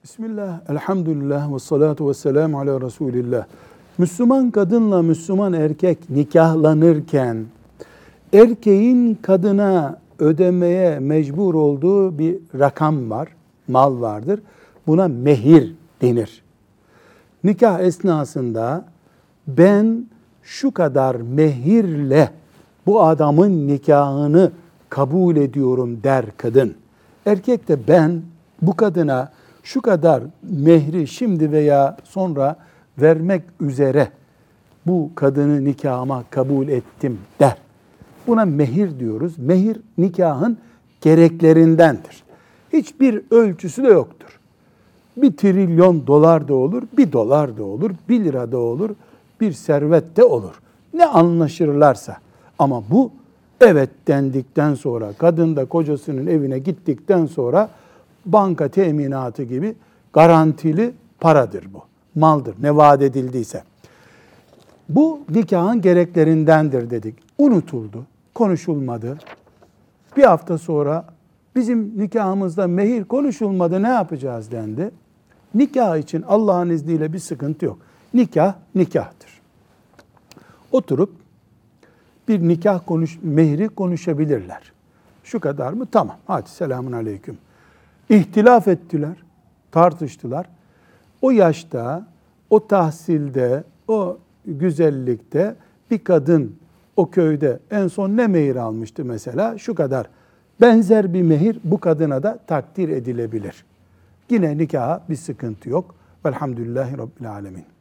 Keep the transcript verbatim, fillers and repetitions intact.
Bismillah, elhamdülillah ve salatu ve selamu ala Resulillah. Müslüman kadınla Müslüman erkek nikahlanırken erkeğin kadına ödemeye mecbur olduğu bir rakam var, mal vardır. Buna mehir denir. Nikah esnasında ben şu kadar mehirle bu adamın nikahını kabul ediyorum der kadın. Erkek de ben bu kadına şu kadar mehri şimdi veya sonra vermek üzere bu kadını nikahıma kabul ettim der. Buna mehir diyoruz. Mehir nikahın gereklerindendir. Hiçbir ölçüsü de yoktur. Bir trilyon dolar da olur, bir dolar da olur, bir lira da olur, bir servet de olur. Ne anlaşırlarsa. Ama bu evet dendikten sonra, kadın da kocasının evine gittikten sonra banka teminatı gibi garantili paradır bu. Maldır ne vaat edildiyse. Bu nikahın gereklerindendir dedik. Unutuldu, konuşulmadı. Bir hafta sonra bizim nikahımızda mehir konuşulmadı, ne yapacağız dendi. Nikah için Allah'ın izniyle bir sıkıntı yok. Nikah nikahtır. Oturup bir nikah konuş, mehri konuşabilirler. Şu kadar mı? Tamam. Hadi selamun aleyküm. İhtilaf ettiler, tartıştılar. O yaşta, o tahsilde, o güzellikte bir kadın o köyde en son ne mehir almıştı mesela? Şu kadar. Benzer bir mehir bu kadına da takdir edilebilir. Yine nikaha bir sıkıntı yok. Velhamdülillahi Rabbil Alemin.